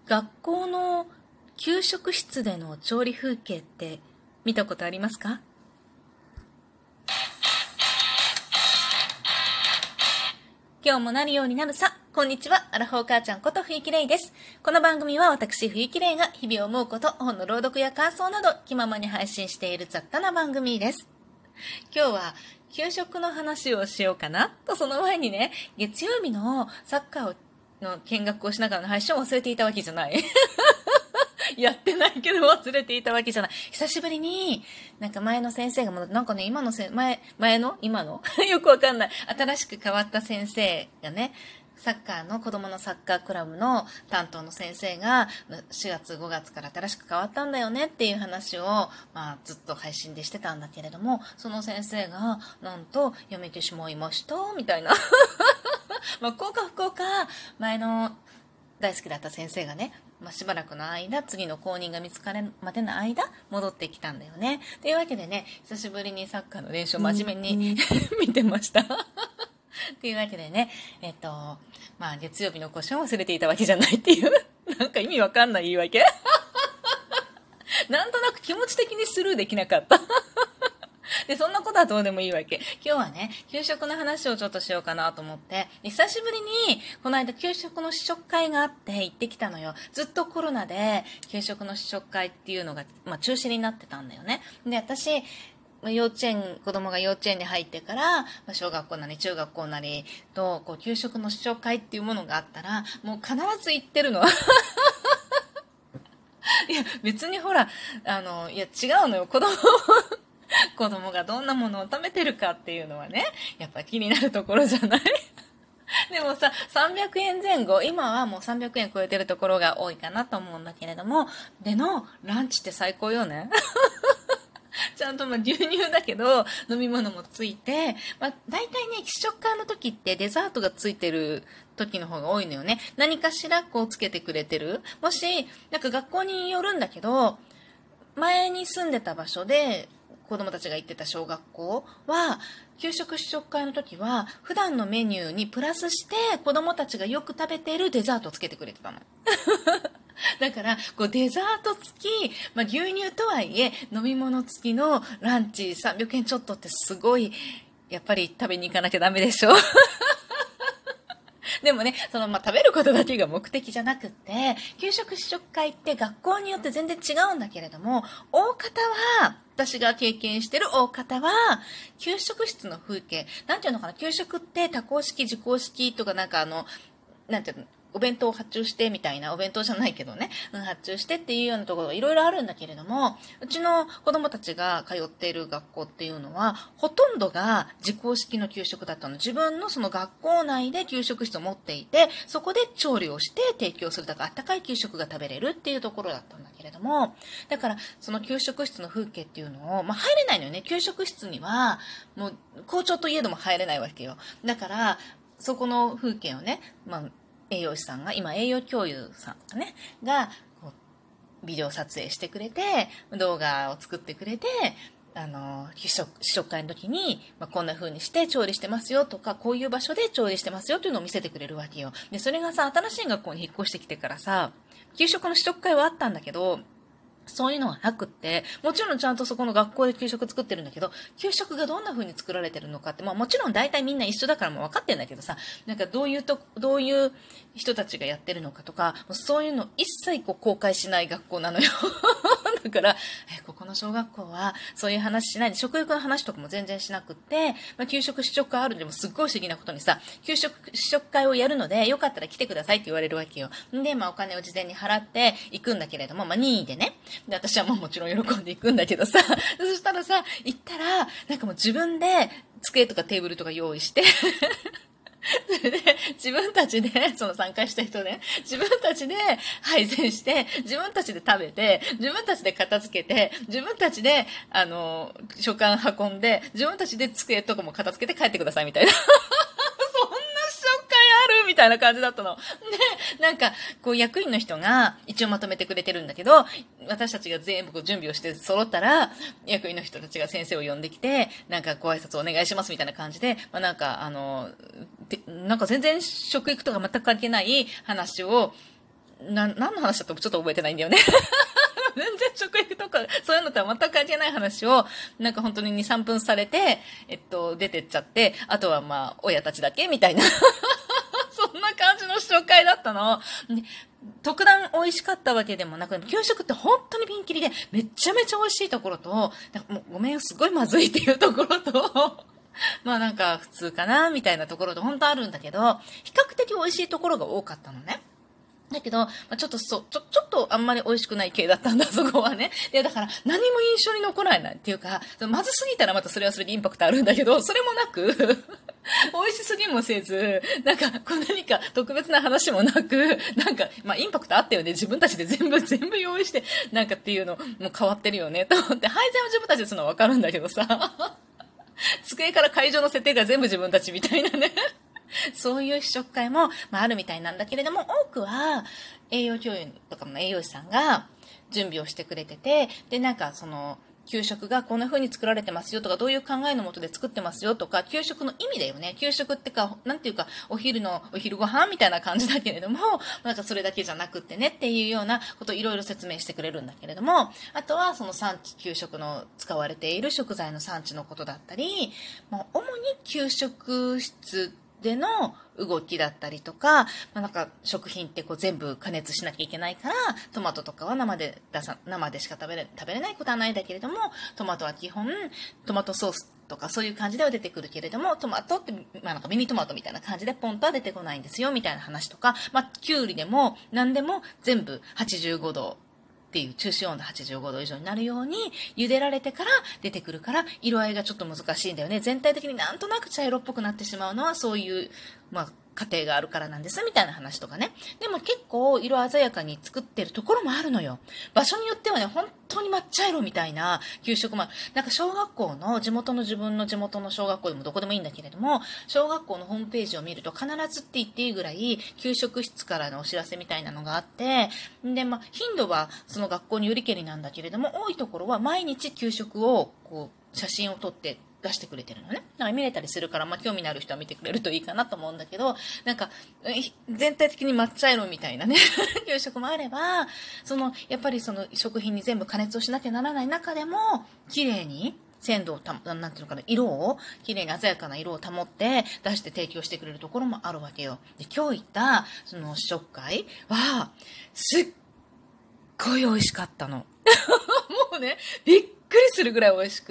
学校の給食室での調理風景って見たことありますか？今日もなるようになるさ。こんにちは。アラフォー母ちゃんこと冬木玲です。この番組は私冬木玲が日々思うこと、本の朗読や感想など気ままに配信している雑多な番組です。今日は給食の話をしようかなと、その前にね、月曜日のサッカーの見学をしながらの配信を忘れていたわけじゃない。やってないけど忘れていたわけじゃない。久しぶりに、なんか前の先生が戻って、なんかね、今のよくわかんない。新しく変わった先生がね、サッカーの子供のサッカークラブの担当の先生が4月5月から新しく変わったんだよねっていう話を、ずっと配信でしてたんだけれども、その先生がなんと辞めてしまいましたみたいな。幸か不幸か、前の大好きだった先生がね、しばらくの間、次の後任が見つかるまでの間、戻ってきたんだよね。というわけでね、久しぶりにサッカーの練習を真面目に見てました。というわけでね、月曜日の腰を忘れていたわけじゃないっていう、なんか意味わかんない言い訳。なんとなく気持ち的にスルーできなかった。で、そんなことはどうでもいいわけ。今日はね、給食の話をちょっとしようかなと思って、久しぶりに、この間給食の試食会があって行ってきたのよ。ずっとコロナで、給食の試食会っていうのが、中止になってたんだよね。で、私、子供が幼稚園に入ってから、小学校なり中学校なりと、給食の試食会っていうものがあったら、もう必ず行ってるの。いや、別にほら、違うのよ。子供がどんなものを食べてるかっていうのはね、やっぱ気になるところじゃない？でもさ、300円前後、今はもう300円超えてるところが多いかなと思うんだけれども、でのランチって最高よね。ちゃんと牛乳だけど飲み物もついて、大体ね、試食会の時ってデザートがついてる時の方が多いのよね。何かしらつけてくれてる。もし、なんか学校によるんだけど、前に住んでた場所で子供たちが行ってた小学校は、給食試食会の時は普段のメニューにプラスして子供たちがよく食べているデザートをつけてくれてたの。だからデザート付き、牛乳とはいえ飲み物付きのランチ300円ちょっとってすごい、やっぱり食べに行かなきゃダメでしょ。でもね、食べることだけが目的じゃなくって、給食試食会って学校によって全然違うんだけれども、私が経験してる大方は、給食室の風景、なんていうのかな、給食って多項式、自項式とかなんていうの、お弁当を発注してみたいな、お弁当じゃないけどね、発注してっていうようなところがいろいろあるんだけれども、うちの子供たちが通っている学校っていうのは、ほとんどが自校式の給食だったの。自分のその学校内で給食室を持っていて、そこで調理をして提供するだから、あったかい給食が食べれるっていうところだったんだけれども、だからその給食室の風景っていうのを、入れないのよね。給食室には、もう校長といえども入れないわけよ。だから、そこの風景をね、栄養士さんが、今栄養教諭さんがビデオ撮影してくれて、動画を作ってくれて、試食会の時に、こんな風にして調理してますよとか、こういう場所で調理してますよというのを見せてくれるわけよ。で、それがさ、新しい学校に引っ越してきてからさ、給食の試食会はあったんだけど、そういうのはなくって、もちろんちゃんとそこの学校で給食作ってるんだけど、給食がどんな風に作られてるのかって、もちろん大体みんな一緒だからもう分かってんだけどさ、なんかどういう人たちがやってるのかとか、そういうの一切公開しない学校なのよ。だから、ここの小学校はそういう話しないで、食育の話とかも全然しなくって、給食試食会あるんでもすっごい不思議なことにさ、給食試食会をやるので、よかったら来てくださいって言われるわけよ。で、お金を事前に払って行くんだけれども、任意でね。で、私はもちろん喜んで行くんだけどさ、そしたらさ、行ったら、なんかもう自分で机とかテーブルとか用意して、それで、自分たちで、その参加した人ね、自分たちで配膳して、自分たちで食べて、自分たちで片付けて、自分たちで、書簡運んで、自分たちで机とかも片付けて帰ってくださいみたいな。そんな紹介あるみたいな感じだったの。で、なんか、役員の人が一応まとめてくれてるんだけど、私たちが全部準備をして揃ったら、役員の人たちが先生を呼んできて、なんかご挨拶お願いしますみたいな感じで、なんか全然食育とか全く関係ない話を何の話だったかちょっと覚えてないんだよね。全然食育とか、そういうのとは全く関係ない話を、なんか本当に2、3分されて、出てっちゃって、あとはまあ、親たちだけみたいな。そんな感じの紹介だったの。で特段美味しかったわけでもなく、給食って本当にピンキリで、めちゃめちゃ美味しいところと、もうごめんよ、すごいまずいっていうところと、まあなんか普通かな、みたいなところと本当あるんだけど、比較的美味しいところが多かったのね。だけど、まあ、ちょっとあんまり美味しくない系だったんだ、そこはね。で、だから何も印象に残らないっていうか、まずすぎたらまたそれはそれでインパクトあるんだけど、それもなく、美味しすぎもせず、なんか、何か特別な話もなく、なんか、まあ、インパクトあったよね。自分たちで全部用意して、なんかっていうの、もう変わってるよね、と思って、配膳は自分たちでするのはわかるんだけどさ、机から会場の設定が全部自分たちみたいなね。そういう試食会も、まあ、あるみたいなんだけれども、多くは栄養教員とかの栄養士さんが準備をしてくれてて、で、なんかその、給食がこんな風に作られてますよとか、どういう考えのもとで作ってますよとか、給食の意味だよね。給食ってか、なんていうか、お昼ご飯みたいな感じだけれども、なんかそれだけじゃなくってねっていうようなことをいろいろ説明してくれるんだけれども、あとはその産地、給食の使われている食材の産地のことだったり、主に給食室での動きだったりとか、まあ、なんか食品ってこう全部加熱しなきゃいけないから、トマトとかは生でしか食べれないことはないんだけれども、トマトは基本トマトソースとかそういう感じでは出てくるけれども、トマトって、まあ、なんかミニトマトみたいな感じでポンとは出てこないんですよみたいな話とか、まあ、キュウリでも何でも全部85度っていう中心温度85度以上になるように茹でられてから出てくるから、色合いがちょっと難しいんだよね。全体的になんとなく茶色っぽくなってしまうのはそういう、まあ、過程があるからなんですみたいな話とかね。でも結構色鮮やかに作ってるところもあるのよ。場所によってはね、本当に抹茶色みたいな給食も、なんか小学校の自分の地元の小学校でもどこでもいいんだけれども、小学校のホームページを見ると必ずって言っていいぐらい給食室からのお知らせみたいなのがあって、で、まあ、頻度はその学校によりけりなんだけれども、多いところは毎日給食をこう写真を撮って出してくれてるのね。なんか見れたりするから、まあ、興味のある人は見てくれるといいかなと思うんだけど、なんか、全体的に抹茶色みたいなね、給食もあれば、やっぱりその食品に全部加熱をしなきゃならない中でも、綺麗に、鮮度をなんていうのかな、綺麗に鮮やかな色を保って出して提供してくれるところもあるわけよ。で、今日行った、その試食会は、すっごい美味しかったの。もうね、びっくりするぐらい美味しくって、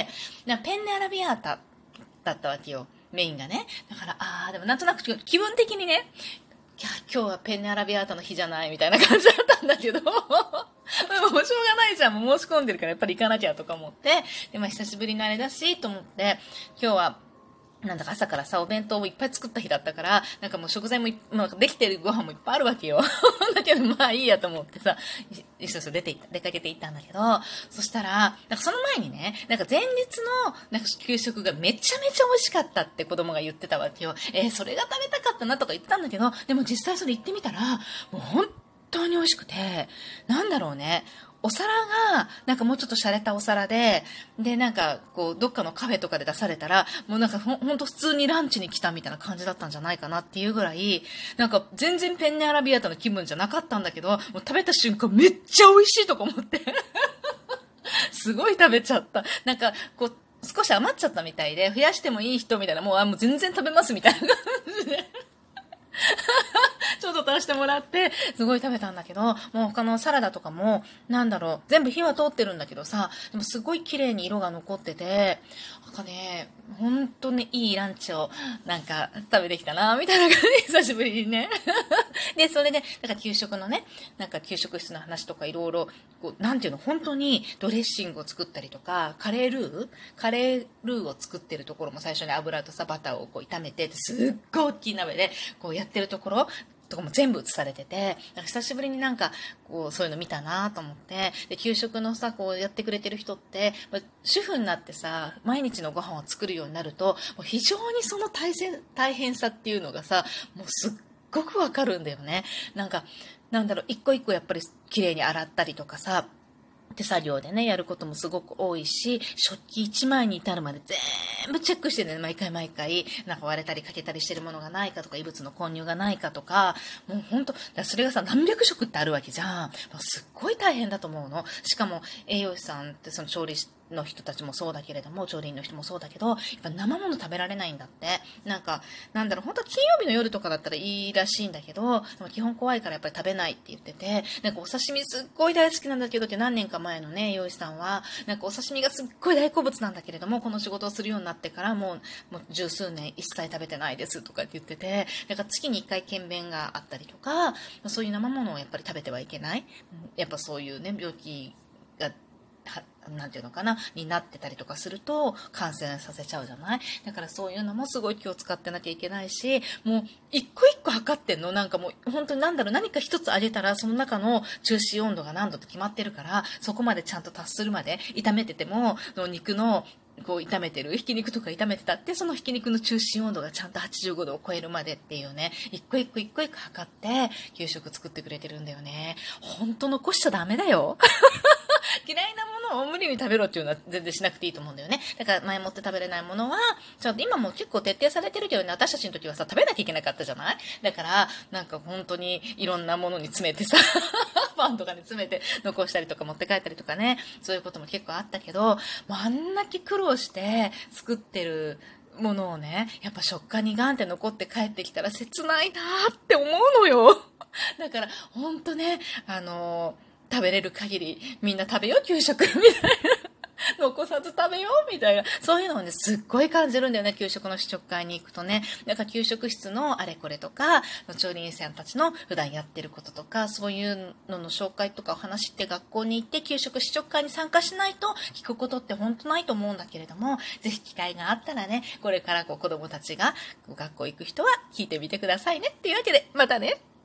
ペンネアラビアータだったわけよ、メインがね。だから、でもなんとなく気分的にね、今日はペンネアラビアータの日じゃないみたいな感じだったんだけど、でもしょうがないじゃん、もう申し込んでるからやっぱり行かなきゃとか思って、で、まあ久しぶりのあれだし、と思って、今日は、なんだか朝からさ、お弁当をいっぱい作った日だったから、なんかもう食材もまあ、できてるご飯もいっぱいあるわけよ。だけどまあいいやと思ってさ、一緒出かけていったんだけど、そしたら、なんかその前にね、なんか前日のなんか給食がめちゃめちゃ美味しかったって子供が言ってたわけよ。それが食べたかったなとか言ってたんだけど、でも実際それ行ってみたら、もう本当に美味しくて、なんだろうね、お皿が、なんかもうちょっと洒落たお皿で、で、なんか、こう、どっかのカフェとかで出されたら、もうなんかほんと普通にランチに来たみたいな感じだったんじゃないかなっていうぐらい、なんか全然ペンネアラビアータの気分じゃなかったんだけど、もう食べた瞬間めっちゃ美味しいとか思って。すごい食べちゃった。なんか、こう、少し余っちゃったみたいで、増やしてもいい人みたいな、もう全然食べますみたいな感じで。ちょっと足してもらって、すごい食べたんだけど、もう他のサラダとかも、なんだろう、全部火は通ってるんだけどさ、でもすごい綺麗に色が残ってて、なんかね、本当にいいランチを、なんか食べてきたな、みたいな感じ、久しぶりにね。で、それで、だから給食のね、なんか給食室の話とかいろいろ、こう、なんていうの、本当にドレッシングを作ったりとか、カレールーを作ってるところも最初に油とさ、バターをこう炒めて、すっごい大きい鍋で、こうやってるところ、とかも全部映されてて、なんか久しぶりになんか、こう、そういうの見たなと思って、で、給食のさ、こうやってくれてる人って、主婦になってさ、毎日のご飯を作るようになると、もう非常にその大変さっていうのがさ、もうすっごくわかるんだよね。なんか、なんだろう、一個一個やっぱり綺麗に洗ったりとかさ、 手作業でね、やることもすごく多いし、食器1枚に至るまで全部チェックしてね、毎回、なんか割れたり欠けたりしてるものがないかとか、異物の混入がないかとか、もうほんと、それがさ、何百食ってあるわけじゃん。すっごい大変だと思うの。しかも、栄養士さんってその調理の人たちもそうだけれども、調理員の人もそうだけど、やっぱ生もの食べられないんだって。なんか、なんだろう、本当は金曜日の夜とかだったらいいらしいんだけど、でも基本怖いからやっぱり食べないって言ってて、なんかお刺身すっごい大好きなんだけどって何年か前のね、洋師さんは、なんかお刺身がすっごい大好物なんだけれども、この仕事をするようになってからもう十数年一切食べてないですとかって言ってて、なんか月に1回検便があったりとか、そういう生ものをやっぱり食べてはいけない。やっぱそういうね、病気がなんていうのかな、になってたりとかすると感染させちゃうじゃない。だからそういうのもすごい気を使ってなきゃいけないし、もう一個一個測ってんの、なんかもう本当になんだろう、何か一つあげたらその中の中心温度が何度って決まってるから、そこまでちゃんと達するまで炒めてても肉のこう炒めてるひき肉とか炒めてたって、そのひき肉の中心温度がちゃんと85度を超えるまでっていうね、一個一個測って給食作ってくれてるんだよね。本当残しちゃダメだよ。嫌いなものを無理に食べろっていうのは全然しなくていいと思うんだよね。だから前もって食べれないものは、ちゃんと今も結構徹底されてるけどね、私たちの時はさ、食べなきゃいけなかったじゃない。だから、なんか本当にいろんなものに詰めてさ、パンとかに詰めて残したりとか持って帰ったりとかね、そういうことも結構あったけど、あんだけ苦労して作ってるものをね、やっぱ食感にガンって残って帰ってきたら切ないなーって思うのよ。だから、ほんとね、食べれる限りみんな食べよう給食みたいな。残さず食べようみたいな。そういうのをね、すっごい感じるんだよね、給食の試食会に行くとね。だから給食室のあれこれとか、調理員さんたちの普段やってることとか、そういうのの紹介とかお話って学校に行って給食試食会に参加しないと聞くことって本当ないと思うんだけれども、ぜひ機会があったらね、これから子供たちが学校行く人は聞いてみてくださいねっていうわけで、またね。